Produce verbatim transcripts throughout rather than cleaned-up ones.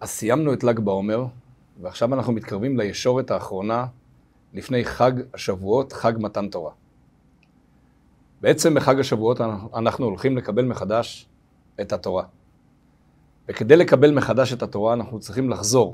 אז סיימנו את ל"ג בעומר, ועכשיו אנחנו מתקרבים לישורת האחרונה לפני חג השבועות, חג מתן תורה. בעצם בחג השבועות אנחנו הולכים לקבל מחדש את התורה. וכדי לקבל מחדש את התורה אנחנו צריכים לחזור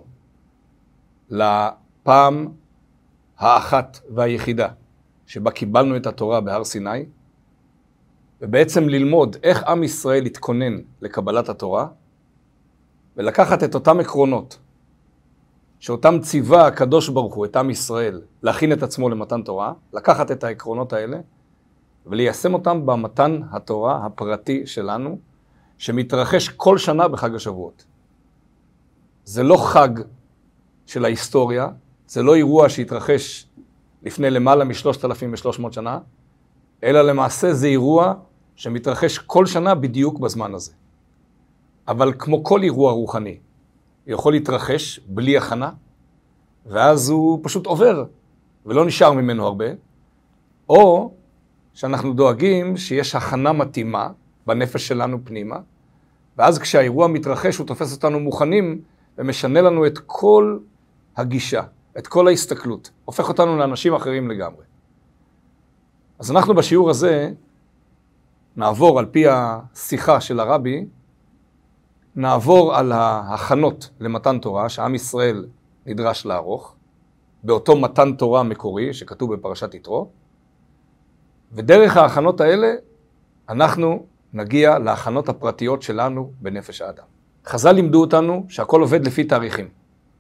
לפעם האחת והיחידה שבה קיבלנו את התורה בהר סיני, ובעצם ללמוד איך עם ישראל התכונן לקבלת התורה, ולקחת את אותם עקרונות, שאותם ציווה הקדוש ברוך הוא את עם ישראל להכין את עצמו למתן תורה, לקחת את העקרונות האלה, וליישם אותם במתן התורה הפרטי שלנו, שמתרחש כל שנה בחג השבועות. זה לא חג של ההיסטוריה, זה לא אירוע שהתרחש לפני למעלה מ-שלושת אלפים ושלוש מאות שנה, אלא למעשה זה אירוע שמתרחש כל שנה בדיוק בזמן הזה. אבל כמו כל אירוע רוחני, הוא יכול להתרחש בלי הכנה, ואז הוא פשוט עובר, ולא נשאר ממנו הרבה, או שאנחנו דואגים שיש הכנה מתאימה בנפש שלנו פנימה, ואז כשהאירוע מתרחש הוא תופס אותנו מוכנים, ומשנה לנו את כל הגישה, את כל ההסתכלות, הופך אותנו לאנשים אחרים לגמרי. אז אנחנו בשיעור הזה נעבור על פי השיחה של הרבי, נעבור על ההכנות למתן תורה שעם ישראל נדרש לערוך, באותו מתן תורה מקורי שכתוב בפרשת יתרו, ודרך ההכנות האלה אנחנו נגיע להכנות הפרטיות שלנו בנפש האדם. חז"ל לימדו אותנו שהכל עובד לפי תאריכים.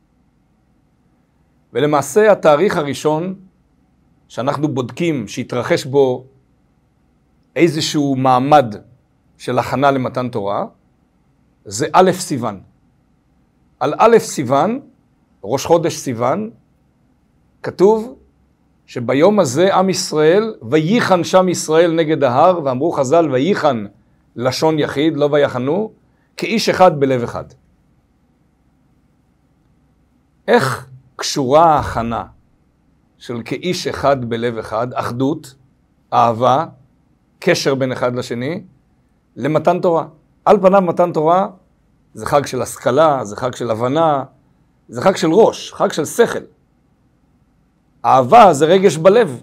ולמעשה התאריך הראשון שאנחנו בודקים שהתרחש בו איזשהו מעמד של הכנה למתן תורה, זה א' סיוון. על א' סיוון, ראש חודש סיוון, כתוב שביום הזה עם ישראל, וייחן שם ישראל נגד ההר, ואמרו חז"ל, וייחן לשון יחיד, לא ויחנו, כאיש אחד בלב אחד. איך קשורה ההכנה של כאיש אחד בלב אחד, אחדות, אהבה, קשר בין אחד לשני, למתן תורה? על פניו מתן תורה זה חג של השכלה, זה חג של הבנה, זה חג של ראש, חג של שכל. אהבה זה רגש בלב.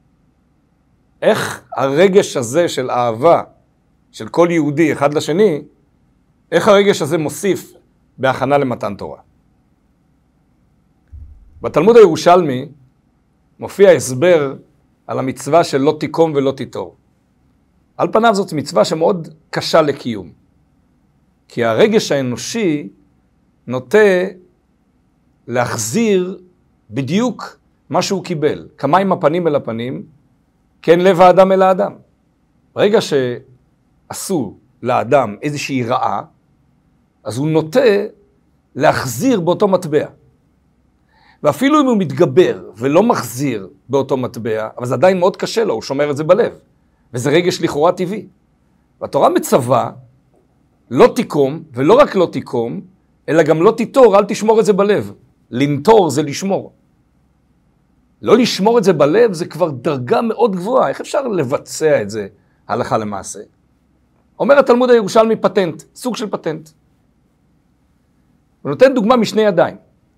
איך הרגש הזה של אהבה, של כל יהודי אחד לשני, איך הרגש הזה מוסיף בהכנה למתן תורה? בתלמוד הירושלמי מופיע הסבר על המצווה של לא תיקום ולא תיטור. על פניו זאת מצווה שמאוד קשה לקיום. כי הרגש האנושי נוטה להחזיר בדיוק מה שהוא קיבל. כמים הפנים אל הפנים, כן לב האדם אל האדם. ברגע שעשו לאדם איזושהי רעה, אז הוא נוטה להחזיר באותו מטבע. ואפילו אם הוא מתגבר ולא מחזיר באותו מטבע, אבל זה עדיין מאוד קשה לו, הוא שומר את זה בלב. וזה רגש לכאורה טבעי. והתורה מצווה, לא תיקום, ולא רק לא תיקום, אלא גם לא תיטור, אל תשמור את זה בלב. לנטור זה לשמור. לא לשמור את זה בלב זה כבר דרגה מאוד גבוהה. איך אפשר לבצע את זה הלכה למעשה? אומר התלמוד הירושלמי פטנט, סוג של פטנט. הוא נותן דוגמה משני ידיים.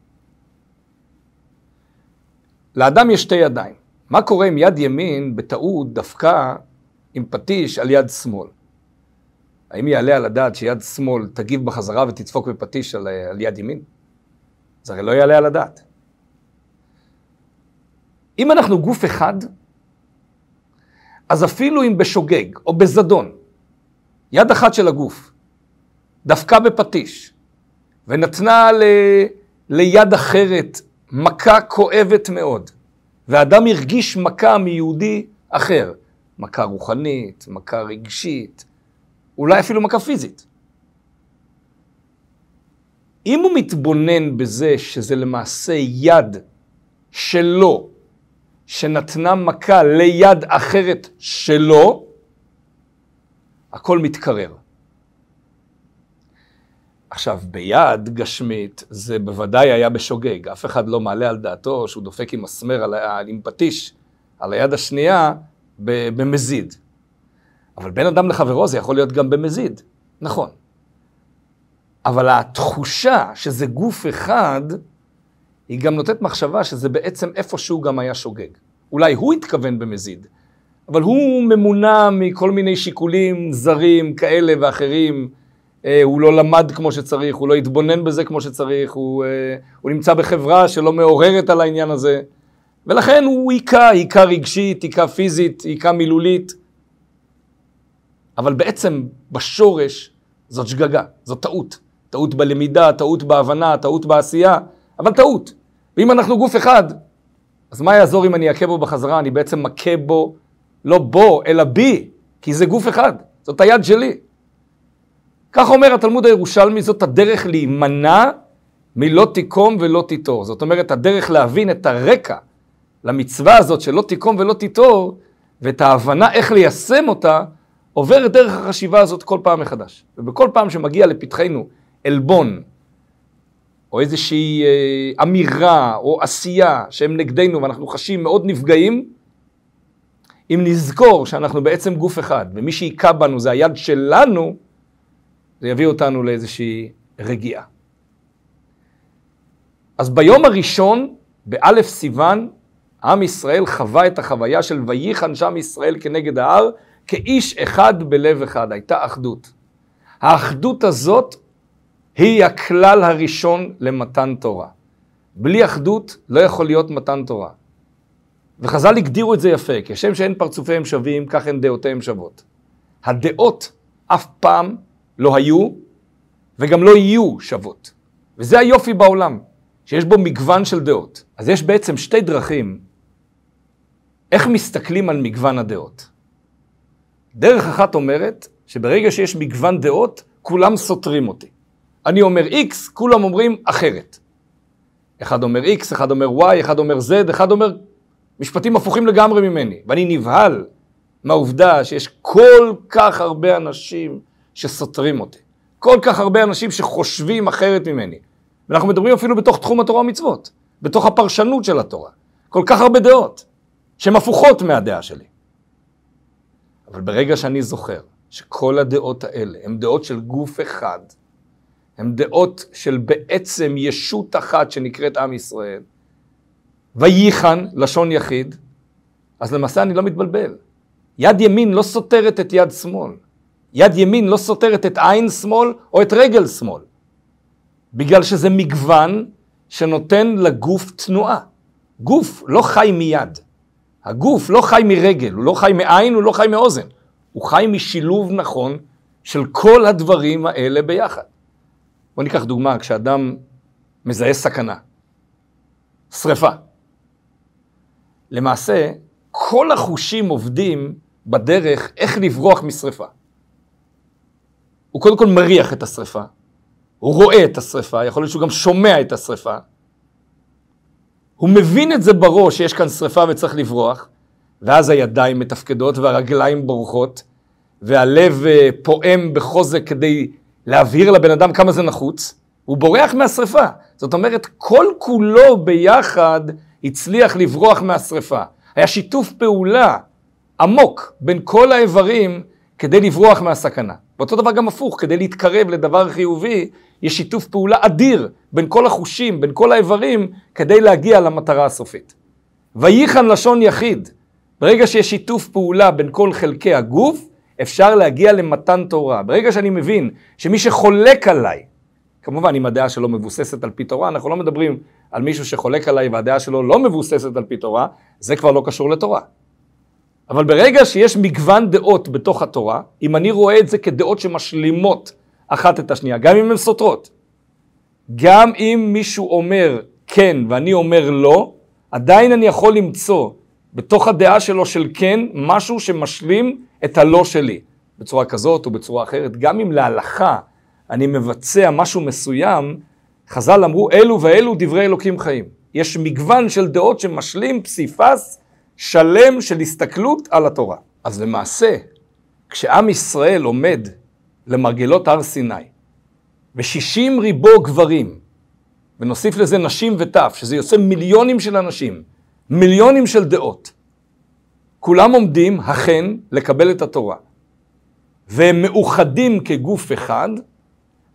לאדם יש שתי ידיים. מה קורה אם יד ימין בטעות דווקא עם פטיש על יד שמאל? האם יעלה על הדעת שיד שמאל תגיב בחזרה ותדפוק בפטיש על, על יד ימין? זה הרי לא יעלה על הדעת. אם אנחנו גוף אחד, אז אפילו אם בשוגג או בזדון, יד אחת של הגוף דווקא בפטיש, ונתנה ל, ליד אחרת מכה כואבת מאוד, והאדם הרגיש מכה מיהודי אחר, מכה רוחנית, מכה רגשית, אולי אפילו מכה פיזית. אם הוא מתבונן בזה שזה למעשה יד שלו, שנתנה מכה ליד אחרת שלו, הכל מתקרר. עכשיו, ביד גשמית זה בוודאי היה בשוגג. אף אחד לא מעלה על דעתו שהוא דופק עם מסמר, על, עם פטיש, על היד השנייה במזיד. אבל בין אדם לחברו זה יכול להיות גם במזיד. נכון. אבל התחושה שזה גוף אחד, היא גם נותנת מחשבה שזה בעצם איפשהו גם היה שוגג. אולי הוא התכוון במזיד, אבל הוא ממונע מכל מיני שיקולים זרים כאלה ואחרים, הוא לא למד כמו שצריך, הוא לא התבונן בזה כמו שצריך, הוא, הוא נמצא בחברה שלא מעוררת על העניין הזה, ולכן הוא עיקה, עיקה רגשית, עיקה פיזית, עיקה מילולית, אבל בעצם בשורש זאת שגגה, זאת טעות. טעות בלמידה, טעות בהבנה, טעות בעשייה, אבל טעות. ואם אנחנו גוף אחד, אז מה יעזור אם אני אכה בו בחזרה? אני בעצם מכה בו, לא בו, אלא בי, כי זה גוף אחד, זאת היד שלי. כך אומר התלמוד הירושלמי, זאת הדרך להימנע מלא תיקום ולא תיטור. זאת אומרת, הדרך להבין את הרקע למצווה הזאת שלא תיקום ולא תיטור, ואת ההבנה איך ליישם אותה, עוברת דרך החשיבה הזאת כל פעם מחדש. ובכל פעם שמגיע לפתחנו אלבון, או איזושהי אמירה או עשייה שהם נגדנו ואנחנו חשים מאוד נפגעים, אם נזכור שאנחנו בעצם גוף אחד, ומי שיקע בנו זה היד שלנו, זה יביא אותנו לאיזושהי רגיעה. אז ביום הראשון, באלף סיוון, עם ישראל חווה את החוויה של וייחן שם ישראל כנגד ההר, כאיש אחד בלב אחד, הייתה אחדות. האחדות הזאת היא הכלל הראשון למתן תורה. בלי אחדות לא יכול להיות מתן תורה. וחז"ל הגדירו את זה יפה, כשם שאין פרצופיהם שווים, כך הן דעותיהם שוות. הדעות אף פעם לא היו וגם לא יהיו שוות. וזה היופי בעולם, שיש בו מגוון של דעות. אז יש בעצם שתי דרכים איך מסתכלים על מגוון הדעות. דרך אחת אומרת שברגע שיש מגוון דעות, כולם סותרים אותי. אני אומר X, כולם אומרים אחרת. אחד אומר X, אחד אומר Y, אחד אומר Z, אחד אומר משפטים הפוכים לגמרי ממני. ואני נבהל מהעובדה שיש כל כך הרבה אנשים שסותרים אותי. כל כך הרבה אנשים שחושבים אחרת ממני. ואנחנו מדברים אפילו בתוך תחום התורה ומצוות, בתוך הפרשנות של התורה. כל כך הרבה דעות שהן הפוכות מהדעה שלי. אבל ברגע שאני זוכר שכל הדעות האלה הן דעות של גוף אחד, הן דעות של בעצם ישות אחת שנקראת עם ישראל, וייחן, לשון יחיד, אז למעשה אני לא מתבלבל. יד ימין לא סותרת את יד שמאל. יד ימין לא סותרת את עין שמאל או את רגל שמאל. בגלל שזה מגוון שנותן לגוף תנועה. גוף לא חי מיד. הגוף לא חי מרגל, הוא לא חי מעין, הוא לא חי מאוזן. הוא חי משילוב נכון של כל הדברים האלה ביחד. בוא ניקח דוגמה, כשאדם מזהה סכנה, שריפה. למעשה, כל החושים עובדים בדרך איך לברוח משריפה. הוא קודם כל מריח את השריפה, הוא רואה את השריפה, יכול להיות שהוא גם שומע את השריפה, הוא מבין את זה בראש שיש כאן שריפה וצריך לברוח, ואז הידיים מתפקדות והרגליים בורחות, והלב פועם בחוזק כדי להבהיר לבן אדם כמה זה נחוץ, הוא בורח מהשריפה. זאת אומרת, כל כולו ביחד הצליח לברוח מהשריפה. היה שיתוף פעולה עמוק בין כל האיברים כדי לברוח מהסכנה. ואותו דבר גם הפוך, כדי להתקרב לדבר חיובי, יש שיתוף פעולה אדיר בין כל החושים, בין כל האיברים, כדי להגיע למטרה הסופית. וייחן לשון יחיד. ברגע שיש שיתוף פעולה בין כל חלקי הגוף, אפשר להגיע למתן תורה. ברגע שאני מבין שמי שחולק עליי, כמובן אם הדעה שלו מבוססת על פי תורה, אנחנו לא מדברים על מישהו שחולק עליי והדעה שלו לא מבוססת על פי תורה, זה כבר לא קשור לתורה. אבל ברגע שיש מגוון דעות בתוך התורה, אם אני רואה את זה כדעות שמשלימות אחת את השנייה, גם אם הן סותרות, גם אם מישהו אומר כן ואני אומר לא, עדיין אני יכול למצוא בתוך הדעה שלו של כן משהו שמשלים את הלא שלי, בצורה כזאת או בצורה אחרת. גם אם להלכה אני מבצע משהו מסוים, חז"ל אמרו אלו ואלו דברי אלוקים חיים. יש מגוון של דעות שמשלים פסיפס שלם של הסתכלות על התורה. אז למעשה, כשעם ישראל עומד למרגלות הר סיני, ושישים ריבו גברים, ונוסיף לזה נשים וטף, שזה יוצא מיליונים של אנשים, מיליונים של דעות, כולם עומדים, אכן, לקבל את התורה, והם מאוחדים כגוף אחד,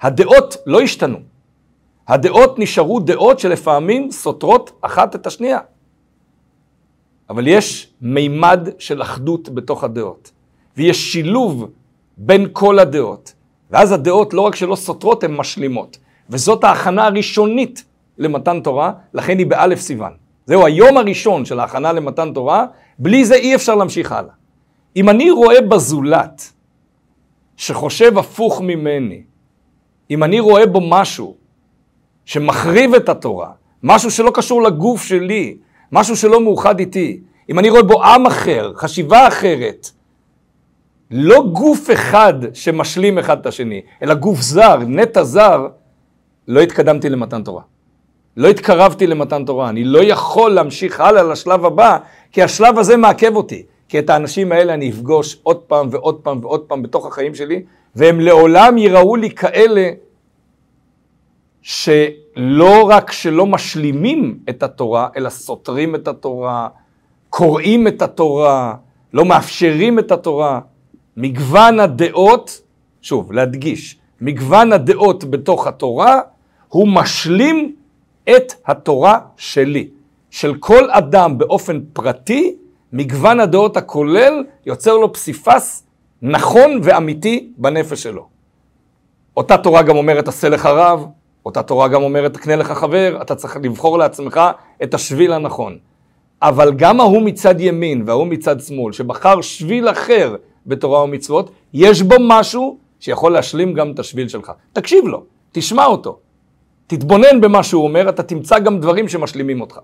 הדעות לא השתנו. הדעות נשארו דעות שלפעמים סותרות אחת את השנייה. אבל יש מימד של אחדות בתוך הדעות. ויש שילוב בין כל הדעות. ואז הדעות לא רק שלא סותרות, הן משלימות. וזאת ההכנה הראשונית למתן תורה, לכן היא באלף סיוון. זהו היום הראשון של ההכנה למתן תורה, בלי זה אי אפשר להמשיך הלאה. אם אני רואה בזולת שחושב הפוך ממני, אם אני רואה בו משהו שמחריב את התורה, משהו שלא קשור לגוף שלי, משהו שלא מאוחד איתי, אם אני רואה בו עם אחר, חשיבה אחרת, לא גוף אחד שמשלים אחד את השני, אלא גוף זר, נטע זר, לא התקדמתי למתן תורה. לא התקרבתי למתן תורה. אני לא יכול להמשיך הלאה לשלב הבא, כי השלב הזה מעכב אותי. כי את האנשים האלה אני אפגוש עוד פעם ועוד פעם ועוד פעם בתוך החיים שלי, והם לעולם יראו לי כאלה שלא רק שלא משלימים את התורה, אלא סותרים את התורה, קוראים את התורה, לא מאפשרים את התורה. מגוון הדעות, שוב, להדגיש, מגוון הדעות בתוך התורה, הוא משלים את התורה שלי. של כל אדם באופן פרטי, מגוון הדעות הכולל יוצר לו פסיפס נכון ואמיתי בנפש שלו. אותה תורה גם אומרת עשה לך רב, אותה תורה גם אומרת קנה לך חבר, אתה צריך לבחור לעצמך את השביל הנכון. אבל גם ההוא מצד ימין וההוא מצד שמאל, שבחר שביל אחר בתורה ומצוות, יש בו משהו שיכול להשלים גם את השביל שלך. תקשיב לו, תשמע אותו, תתבונן במה שהוא אומר, אתה תמצא גם דברים שמשלימים אותך.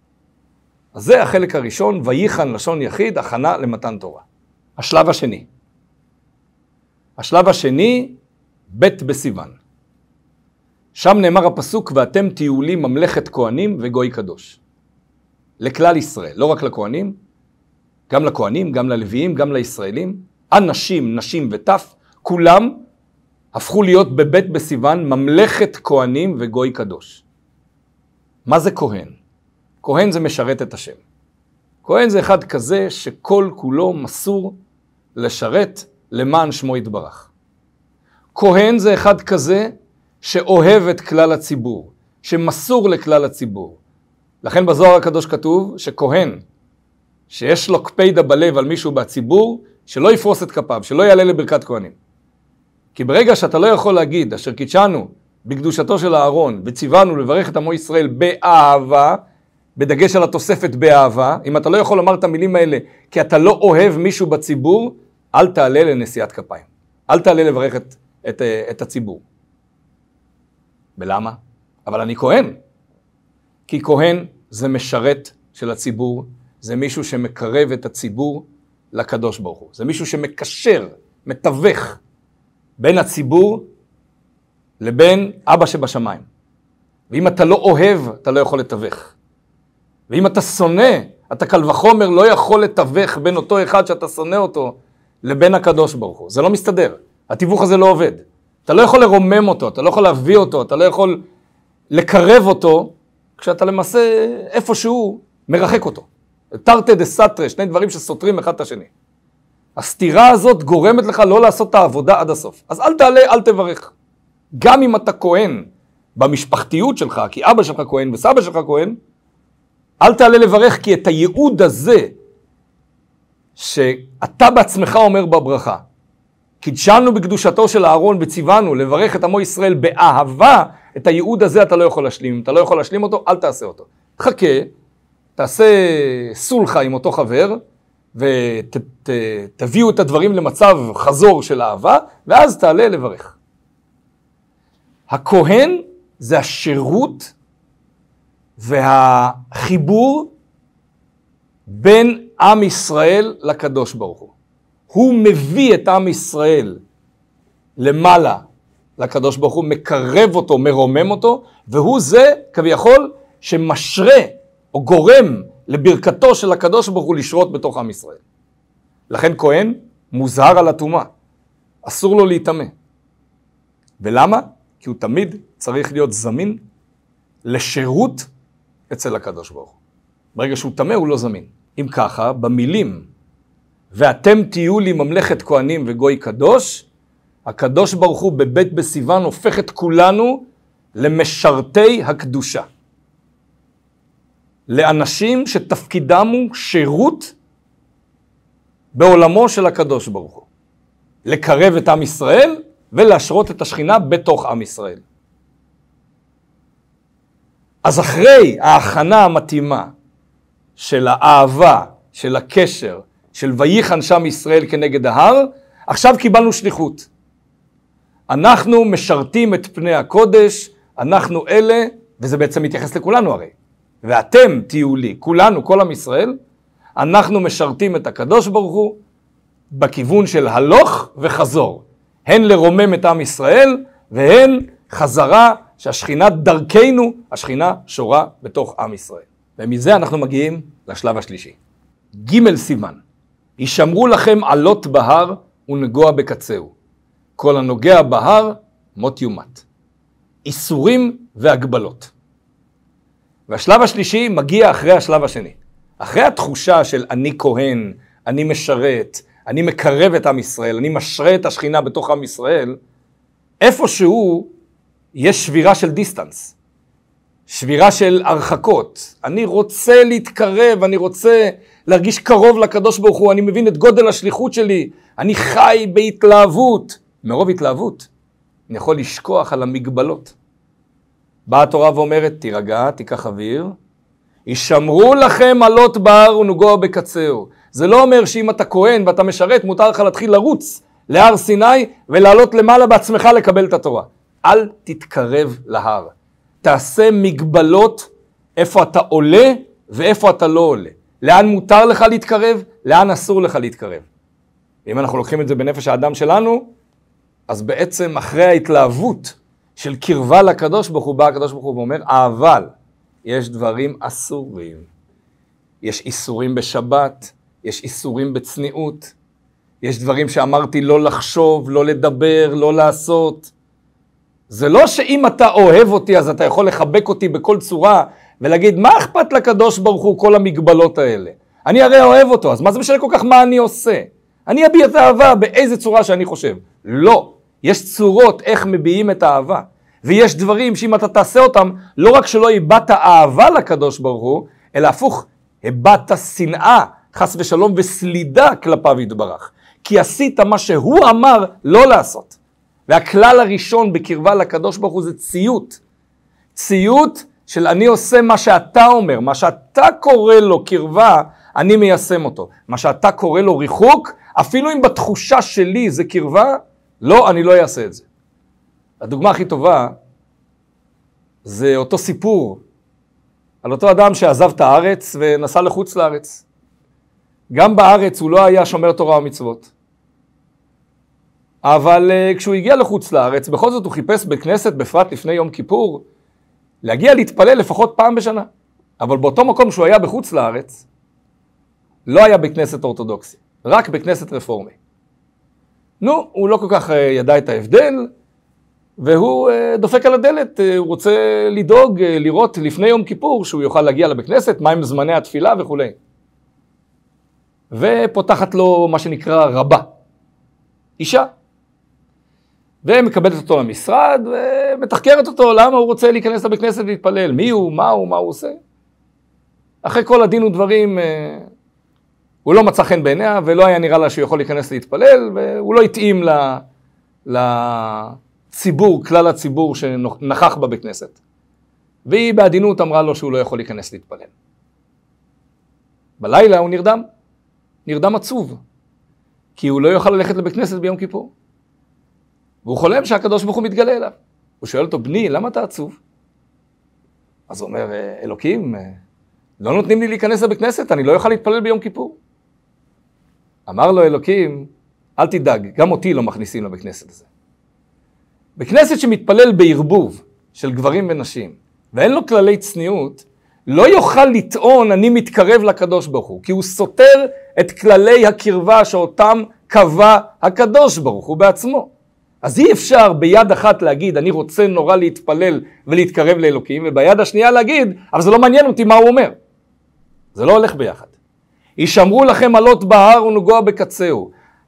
אז זה החלק הראשון, ויחן לשון יחיד, הכנה למתן תורה. השלב השני. השלב השני, בית בסיוון. שם נאמר הפסוק, ואתם תהיו לי ממלכת כהנים וגוי קדוש. לכלל ישראל, לא רק לכהנים, גם לכהנים, גם ללוויים, גם לישראלים. אנשים, נשים וטף, כולם הפכו להיות בבית בסיוון ממלכת כהנים וגוי קדוש. מה זה כהן? כהן זה משרת את השם. כהן זה אחד כזה שכל כולו מסור לשרת למען שמו יתברך. כהן זה אחד כזה שאוהב את כלל הציבור, שמסור לכלל הציבור. לכן בזוהר הקדוש כתוב שכהן, שיש לו קפידה בלב על מישהו בציבור, שלא יפרוס את כפיו, שלא יעלה לברכת כהנים. כי ברגע שאתה לא יכול להגיד, אשר קידשנו בקדושתו של הארון, וציוונו לברך את עמו ישראל באהבה, בדגש על התוספת באהבה, אם אתה לא יכול לומר את המילים האלה, כי אתה לא אוהב מישהו בציבור, אל תעלה לנשיאת כפיים. אל תעלה לברך את, את, את הציבור. ולמה? אבל אני כהן. כי כהן זה משרת של הציבור, זה מישהו שמקרב את הציבור לקדוש ברוך הוא. זה מישהו שמקשר, מתווך בין הציבור לבין אבא שבשמיים. ואם אתה לא אוהב, אתה לא יכול לתווך. ואם אתה שונא, אתה קל וחומר לא יכול לתווך בין אותו אחד שאתה שונא אותו לבין הקדוש ברוך הוא. זה לא מסתדר. התיווך הזה לא עובד. אתה לא יכול לרומם אותו, אתה לא יכול להביא אותו, אתה לא יכול לקרב אותו, כשאתה למעשה איפשהו מרחק אותו. תרתי דסתרי, שני דברים שסותרים אחד את השני. הסתירה הזאת גורמת לך לא לעשות את העבודה עד הסוף. אז אל תעלה, אל תברך. גם אם אתה כהן במשפחתיות שלך, כי אבא שלך כהן וסבא שלך כהן, אל תעלה לברך, כי את הייעוד הזה, שאתה בעצמך אומר בברכה, קידשנו בקדושתו של הארון וציוונו לברך את עמו ישראל באהבה, את הייעוד הזה אתה לא יכול להשלים. אם אתה לא יכול להשלים אותו, אל תעשה אותו. חכה, תעשה סולחה עם אותו חבר, ותביאו את הדברים למצב חזור של אהבה, ואז תעלה לברך. הכהן זה השירות והחיבור בין עם ישראל לקדוש ברוך הוא. הוא מביא את עם ישראל למעלה לקדוש ברוך הוא, מקרב אותו, מרומם אותו, והוא זה כביכול שמשרה או גורם לברכתו של הקדוש ברוך הוא לשרות בתוך עם ישראל. לכן כהן מוזהר על הטומאה, אסור לו להתאמה. ולמה? כי הוא תמיד צריך להיות זמין לשירות אצל הקדוש ברוך הוא. ברגע שהוא טמא הוא לא זמין. אם ככה, במילים, ואתם תהיו לי ממלכת כהנים וגוי קדוש, הקדוש ברוך הוא בבית בסיוון הופך את כולנו למשרתי הקדושה. לאנשים שתפקידם הוא שירות בעולמו של הקדוש ברוך הוא. לקרב את עם ישראל ולהשרות את השכינה בתוך עם ישראל. אז אחרי ההכנה המתאימה של האהבה, של הקשר, של ויחן שם ישראל כנגד ההר, עכשיו קיבלנו שליחות. אנחנו משרתים את פני הקודש, אנחנו אלה, וזה בעצם מתייחס לכולנו הרי. ואתם תהיו לי, כולנו, כל עם ישראל, אנחנו משרתים את הקדוש ברוך הוא בכיוון של הלוך וחזור. הן לרומם את עם ישראל, והן חזרה שהשכינה דרכנו, השכינה שורה בתוך עם ישראל. ומזה אנחנו מגיעים לשלב השלישי. ג' סימן, ישמרו לכם עלות בהר ונגוע בקצהו. כל הנוגע בהר מות יומת. איסורים והגבלות. והשלב השלישי מגיע אחרי השלב השני. אחרי התחושה של אני כהן, אני משרת, אני מקרב את עם ישראל, אני משרה את השכינה בתוך עם ישראל, איפשהו יש שבירה של דיסטנס. שבירה של הרחקות. אני רוצה להתקרב, אני רוצה להרגיש קרוב לקדוש ברוך הוא, אני מבין את גודל השליחות שלי, אני חי בהתלהבות. מרוב התלהבות, אני יכול לשכוח על המגבלות. באה התורה ואומרת, תירגע, תיקח אוויר, ישמרו לכם עלות בהר ונגוע בקצהו. זה לא אומר שאם אתה כהן ואתה משרת, מותר לך להתחיל לרוץ להר סיני ולעלות למעלה בעצמך לקבל את התורה. אל תתקרב להר. תעשה מגבלות איפה אתה עולה ואיפה אתה לא עולה. לאן מותר לך להתקרב, לאן אסור לך להתקרב. אם אנחנו לוקחים את זה בנפש האדם שלנו, אז בעצם אחרי ההתלהבות של קרבה לקדוש ברוך הוא, בא הקדוש ברוך הוא ואומר, אבל יש דברים אסורים. יש איסורים בשבת, יש איסורים בצניעות, יש דברים שאמרתי לא לחשוב, לא לדבר, לא לעשות. זה לא שאם אתה אוהב אותי, אז אתה יכול לחבק אותי בכל צורה, ולהגיד, מה אכפת לקדוש ברוך הוא כל המגבלות האלה? אני הרי אוהב אותו, אז מה זה משנה כל כך מה אני עושה? אני אביע את האהבה באיזה צורה שאני חושב. לא, יש צורות איך מביעים את האהבה. ויש דברים שאם אתה תעשה אותם, לא רק שלא הבאת אהבה לקדוש ברוך הוא, אלא הפוך, הבאת שנאה, חס ושלום וסלידה כלפיו יתברך. כי עשית מה שהוא אמר לא לעשות. והכלל הראשון בקרבה לקדוש ברוך הוא זה ציות. ציות של אני עושה מה שאתה אומר, מה שאתה קורא לו קרבה, אני מיישם אותו. מה שאתה קורא לו ריחוק, אפילו אם בתחושה שלי זה קרבה, לא, אני לא אעשה את זה. הדוגמה הכי טובה זה אותו סיפור על אותו אדם שעזב את הארץ ונסע לחוץ לארץ. גם בארץ הוא לא היה שומר תורה ומצוות. אבל uh, כשהוא הגיע לחוץ לארץ, בכל זאת הוא חיפש בכנסת, בפרט לפני יום כיפור, להגיע להתפלל לפחות פעם בשנה. אבל באותו מקום שהוא היה בחוץ לארץ, לא היה בכנסת אורתודוקסי, רק בכנסת רפורמי. נו, הוא לא כל כך uh, ידע את ההבדל, והוא uh, דופק על הדלת, uh, הוא רוצה לדאוג, uh, לראות לפני יום כיפור, שהוא יוכל להגיע לבכנסת, מהם זמני התפילה וכו'. ופותחת לו מה שנקרא רבה, אישה. ומקבלת אותו למשרד, ומתחקרת אותו, למה הוא רוצה להיכנס לבית כנסת ולהתפלל, מי הוא, מה הוא, מה הוא עושה. אחרי כל הדין ודברים, הוא לא מצא חן בעיניה, ולא היה נראה לה שהוא יכול להיכנס להתפלל, והוא לא התאים לציבור, כלל הציבור שנכח בה בכנסת. והיא בעדינות אמרה לו שהוא לא יכול להיכנס להתפלל. בלילה הוא נרדם, נרדם עצוב, כי הוא לא יוכל ללכת לבית כנסת ביום כיפור. והוא חולם שהקדוש ברוך הוא מתגלה אליו. הוא שואל אותו, בני, למה אתה עצוב? אז הוא אומר, אלוקים, לא נותנים לי להיכנס לבית כנסת, אני לא יוכל להתפלל ביום כיפור. אמר לו אלוקים, אל תדאג, גם אותי לא מכניסים לבית כנסת הזה. בכנסת שמתפלל בערבוב של גברים ונשים, ואין לו כללי צניעות, לא יוכל לטעון אני מתקרב לקדוש ברוך הוא, כי הוא סותר את כללי הקרבה שאותם קבע הקדוש ברוך הוא בעצמו. אז אי אפשר ביד אחת להגיד אני רוצה נורא להתפלל ולהתקרב לאלוקים, וביד השנייה להגיד אבל זה לא מעניין אותי מה הוא אומר. זה לא הולך ביחד. ישמרו לכם עלות בהר ונגוע בקצהו.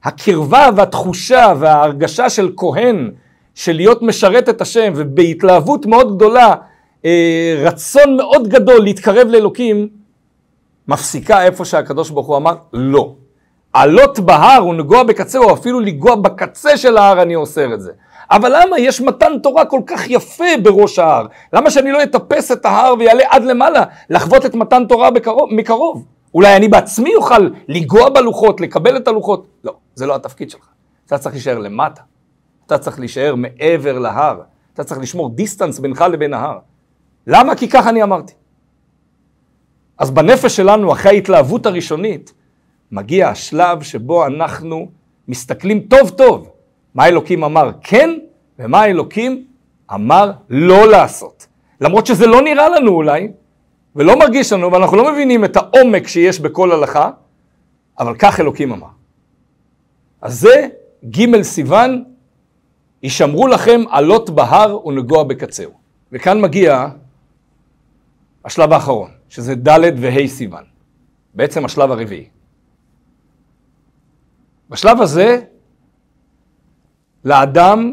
הקרבה והתחושה וההרגשה של כהן, של להיות משרת את השם, ובהתלהבות מאוד גדולה, רצון מאוד גדול להתקרב לאלוקים, מפסיקה איפה שהקדוש ברוך הוא אמר, לא. עלות בהר ונגוע בקצה, או אפילו לגוע בקצה של ההר, אני אוסר את זה. אבל למה? יש מתן תורה כל כך יפה בראש ההר. למה שאני לא אטפס את ההר ויעלה עד למעלה, לחוות את מתן תורה בקרוב, מקרוב? אולי אני בעצמי אוכל לגוע בלוחות, לקבל את הלוחות. לא, זה לא התפקיד שלך. אתה צריך להישאר למטה. אתה צריך להישאר מעבר להר. אתה צריך לשמור דיסטנס בינך לבין ההר. למה? כי ככה אני אמרתי. אז בנפש שלנו, אחרי ההתלהבות הראשונית, מגיע השלב שבו אנחנו מסתכלים טוב טוב. מה אלוקים אמר כן, ומה אלוקים אמר לא לעשות. למרות שזה לא נראה לנו אולי, ולא מרגיש לנו, ואנחנו לא מבינים את העומק שיש בכל הלכה, אבל כך אלוקים אמר. אז זה ג' סיוון, ישמרו לכם עלות בהר ונגוע בקצהו. וכאן מגיע השלב האחרון, שזה ד' וה' סיוון. בעצם השלב הרביעי. בשלב הזה, לאדם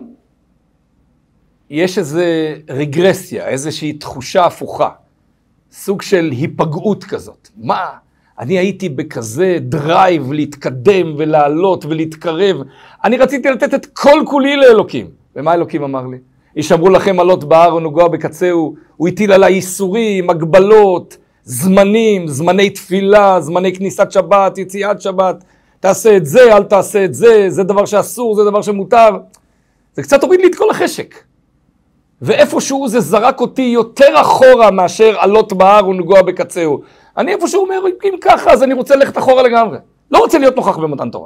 יש איזו רגרסיה, איזושהי תחושה הפוכה, סוג של היפגעות כזאת. מה? אני הייתי בכזה דרייב להתקדם ולעלות ולהתקרב. אני רציתי לתת את כל כולי לאלוקים. ומה אלוקים אמר לי? ישמרו לכם עלות בהר ונגוע בקצהו. הוא הטיל עליי איסורים, הגבלות, זמנים, זמני תפילה, זמני כניסת שבת, יציאת שבת. תעשה את זה, אל תעשה את זה, זה דבר שאסור, זה דבר שמותר. זה קצת הוריד לי את כל החשק. ואיפשהו זה זרק אותי יותר אחורה מאשר עלות בהר ונגוע בקצהו. אני איפשהו אומר, אם ככה, אז אני רוצה ללכת אחורה לגמרי. לא רוצה להיות נוכח במתן תורה.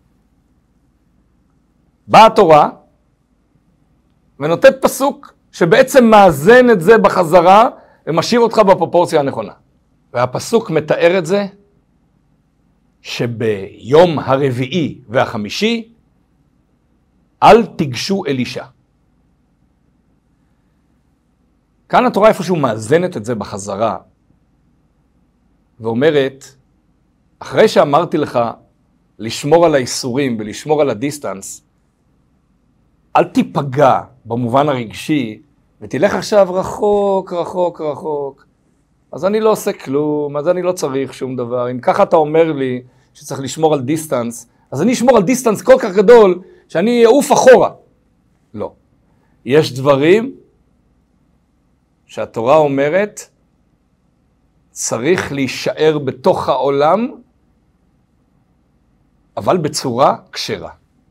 באה התורה, ונותנת פסוק שבעצם מאזן את זה בחזרה, ומשאיר אותך בפרופורציה הנכונה. והפסוק מתאר את זה, שביום הרביעי והחמישי, אל תיגשו אל אישה. כאן התורה איפשהו מאזנת את זה בחזרה, ואומרת, אחרי שאמרתי לך לשמור על האיסורים ולשמור על הדיסטנס, אל תיפגע במובן הרגשי, ותלך עכשיו רחוק, רחוק, רחוק. אז אני לא עושה כלום, אז אני לא צריך שום דבר. אם ככה אתה אומר לי שצריך לשמור על דיסטנס, אז אני אשמור על דיסטנס כל כך גדול, שאני אעוף אחורה. לא. יש דברים שהתורה אומרת, צריך להישאר בתוך העולם, אבל בצורה כשרה.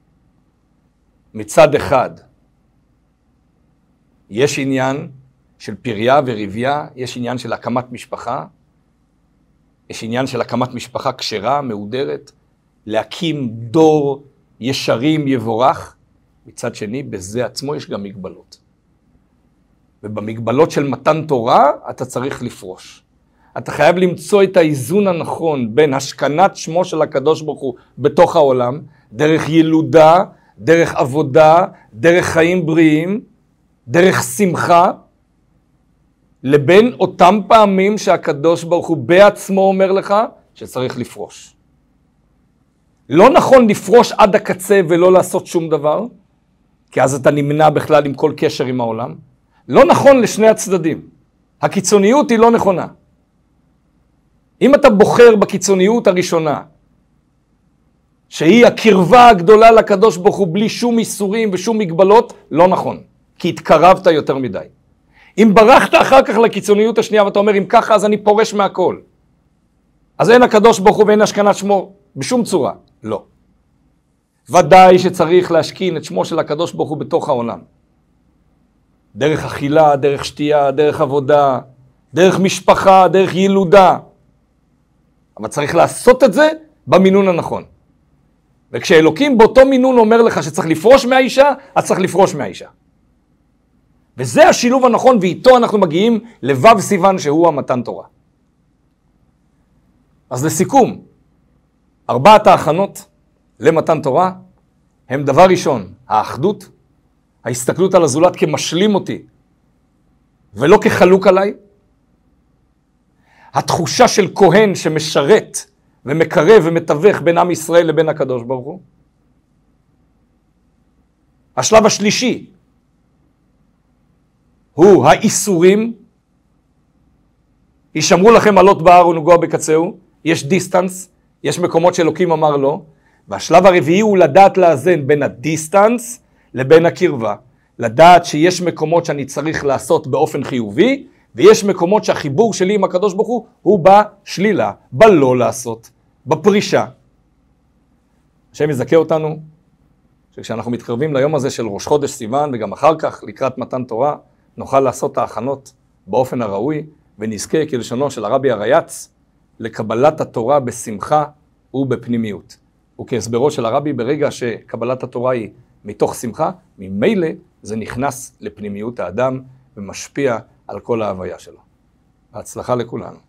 מצד אחד, יש עניין של פריה ורביה, יש עניין של הקמת משפחה, יש עניין של הקמת משפחה כשרה, מהודרת, להקים דור ישרים יבורך. מצד שני, בזה עצמו יש גם מגבלות. ובמגבלות של מתן תורה, אתה צריך לפרוש. אתה חייב למצוא את האיזון הנכון בין השכנת שמו של הקדוש ברוך הוא בתוך העולם, דרך ילודה, דרך עבודה, דרך חיים בריאים, דרך שמחה, לבין אותם פעמים שהקדוש ברוך הוא בעצמו אומר לך שצריך לפרוש. לא נכון לפרוש עד הקצה ולא לעשות שום דבר, כי אז אתה נמנע בכלל עם כל קשר עם העולם. לא נכון לשני הצדדים. הקיצוניות היא לא נכונה. אם אתה בוחר בקיצוניות הראשונה, שהיא הקרבה הגדולה לקדוש ברוך הוא בלי שום איסורים ושום מגבלות, לא נכון. כי התקרבת יותר מדי. אם ברחת אחר כך לקיצוניות השנייה ואתה אומר, אם ככה אז אני פורש מהכל. אז אין הקדוש ברוך הוא ואין השכנת שמו בשום צורה. לא. ודאי שצריך להשכין את שמו של הקדוש ברוך הוא בתוך העולם. דרך אכילה, דרך שתייה, דרך עבודה, דרך משפחה, דרך ילודה. אבל צריך לעשות את זה במינון הנכון. וכשאלוקים באותו מינון אומר לך שצריך לפרוש מהאישה, אז צריך לפרוש מהאישה. וזה השילוב הנכון, ואיתו אנחנו מגיעים לבב סיוון שהוא המתן תורה. אז לסיכום, ארבעת ההכנות למתן תורה הם דבר ראשון, האחדות, ההסתכלות על הזולת כמשלים אותי, ולא כחלוק עליי, התחושה של כהן שמשרת ומקרב ומתווך בין עם ישראל לבין הקדוש ברוך הוא, השלב השלישי הוא האיסורים. ישמרו לכם עלות בהר ונגוע בקצהו. יש דיסטנס, יש מקומות שאלוקים אמר לו. והשלב הרביעי הוא לדעת לאזן בין הדיסטנס לבין הקרבה. לדעת שיש מקומות שאני צריך לעשות באופן חיובי, ויש מקומות שהחיבור שלי עם הקדוש ברוך הוא, הוא בשלילה, בלא לעשות, בפרישה. השם יזכה אותנו, שכשאנחנו מתקרבים ליום הזה של ראש חודש סיוון, וגם אחר כך לקראת מתן תורה, נוכל לעשות את ההכנות באופן הראוי, ונזכה כלשונו של הרבי הרייץ, לקבלת התורה בשמחה ובפנימיות. וכהסברו של הרבי, ברגע שקבלת התורה היא מתוך שמחה, ממילא זה נכנס לפנימיות האדם, ומשפיע על כל ההוויה שלו. ההצלחה לכולנו.